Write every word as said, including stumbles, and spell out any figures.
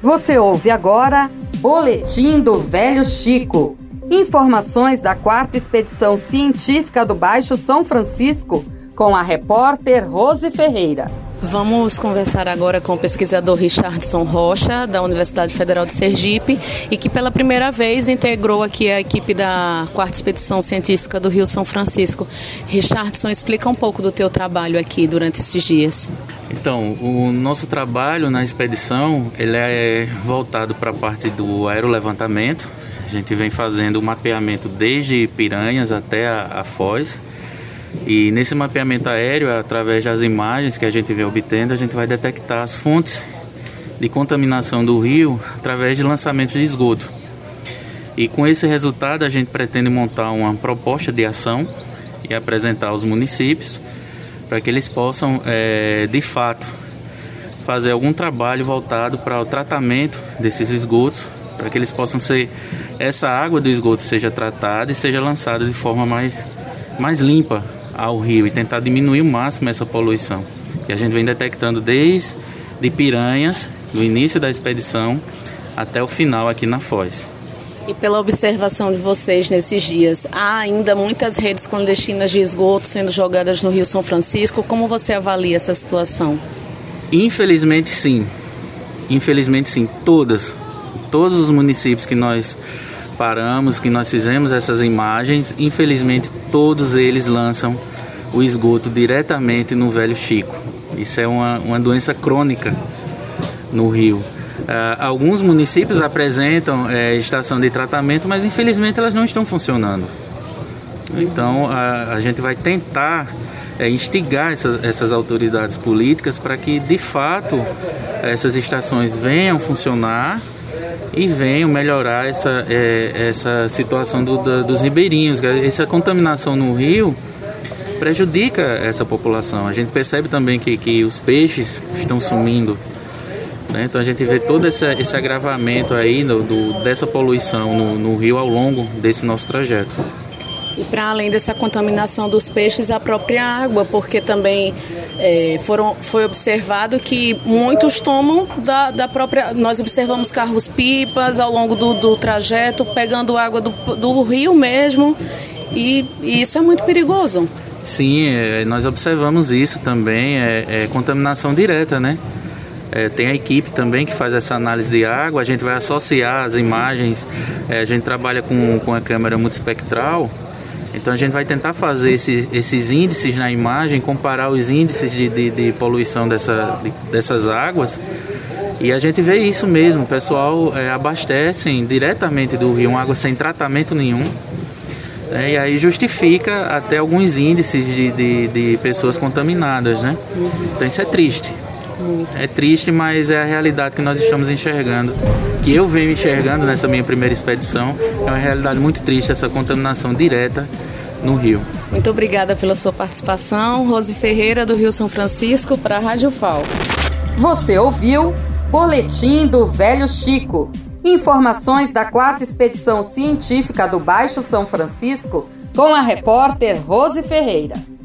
Você ouve agora Boletim do Velho Chico. Informações da quarta Expedição Científica do Baixo São Francisco, com a repórter Rose Ferreira. Vamos conversar agora com o pesquisador Richardson Rocha, da Universidade Federal de Sergipe, e que pela primeira vez integrou aqui a equipe da quarta Expedição Científica do Rio São Francisco. Richardson, explica um pouco do teu trabalho aqui durante esses dias. Então, o nosso trabalho na expedição ele é voltado para a parte do aerolevantamento. A gente vem fazendo o mapeamento desde Piranhas até a, a Foz. E nesse mapeamento aéreo, através das imagens que a gente vem obtendo, a gente vai detectar as fontes de contaminação do rio através de lançamento de esgoto. E com esse resultado, a gente pretende montar uma proposta de ação e apresentar aos municípios para que eles possam, é, de fato, fazer algum trabalho voltado para o tratamento desses esgotos, para que eles possam ser, essa água do esgoto seja tratada e seja lançada de forma mais, mais limpa ao rio e tentar diminuir o máximo essa poluição. E a gente vem detectando desde de Piranhas, do início da expedição, até o final aqui na Foz. E pela observação de vocês nesses dias, há ainda muitas redes clandestinas de esgoto sendo jogadas no Rio São Francisco. Como você avalia essa situação? Infelizmente sim, infelizmente sim, todas, todos os municípios que nós paramos, que nós fizemos essas imagens, infelizmente todos eles lançam o esgoto diretamente no Velho Chico. Isso é uma, uma doença crônica no rio. Uh, alguns municípios apresentam é, estação de tratamento, mas infelizmente elas não estão funcionando. Então a, a gente vai tentar é, instigar essas, essas autoridades políticas para que de fato essas estações venham funcionar e venham melhorar essa, é, essa situação do, da, dos ribeirinhos. Essa contaminação no rio prejudica essa população. A gente percebe também que, que os peixes estão sumindo, né? Então a gente vê todo esse, esse agravamento aí do, do, dessa poluição no, no rio ao longo desse nosso trajeto. E para além dessa contaminação dos peixes, a própria água, porque também é, foram, foi observado que muitos tomam da, da própria... Nós observamos carros-pipas ao longo do, do trajeto, pegando água do, do rio mesmo, e, e isso é muito perigoso. Sim, é, nós observamos isso também, é, é contaminação direta, né? É, tem a equipe também que faz essa análise de água, a gente vai associar as imagens, é, a gente trabalha com, com a câmera multispectral. Então a gente vai tentar fazer esses, esses índices na imagem, comparar os índices de, de, de poluição dessa, de, dessas águas, e a gente vê isso mesmo. O pessoal é, abastecem diretamente do rio uma água sem tratamento nenhum, é, e aí justifica até alguns índices de, de, de pessoas contaminadas, né? Então isso é triste. É triste, mas é a realidade que nós estamos enxergando, que eu venho enxergando nessa minha primeira expedição. É uma realidade muito triste, essa contaminação direta no rio. Muito obrigada pela sua participação, Rose Ferreira, do Rio São Francisco, para a Rádio F A O. Você ouviu Boletim do Velho Chico. Informações da quarta Expedição Científica do Baixo São Francisco, com a repórter Rose Ferreira.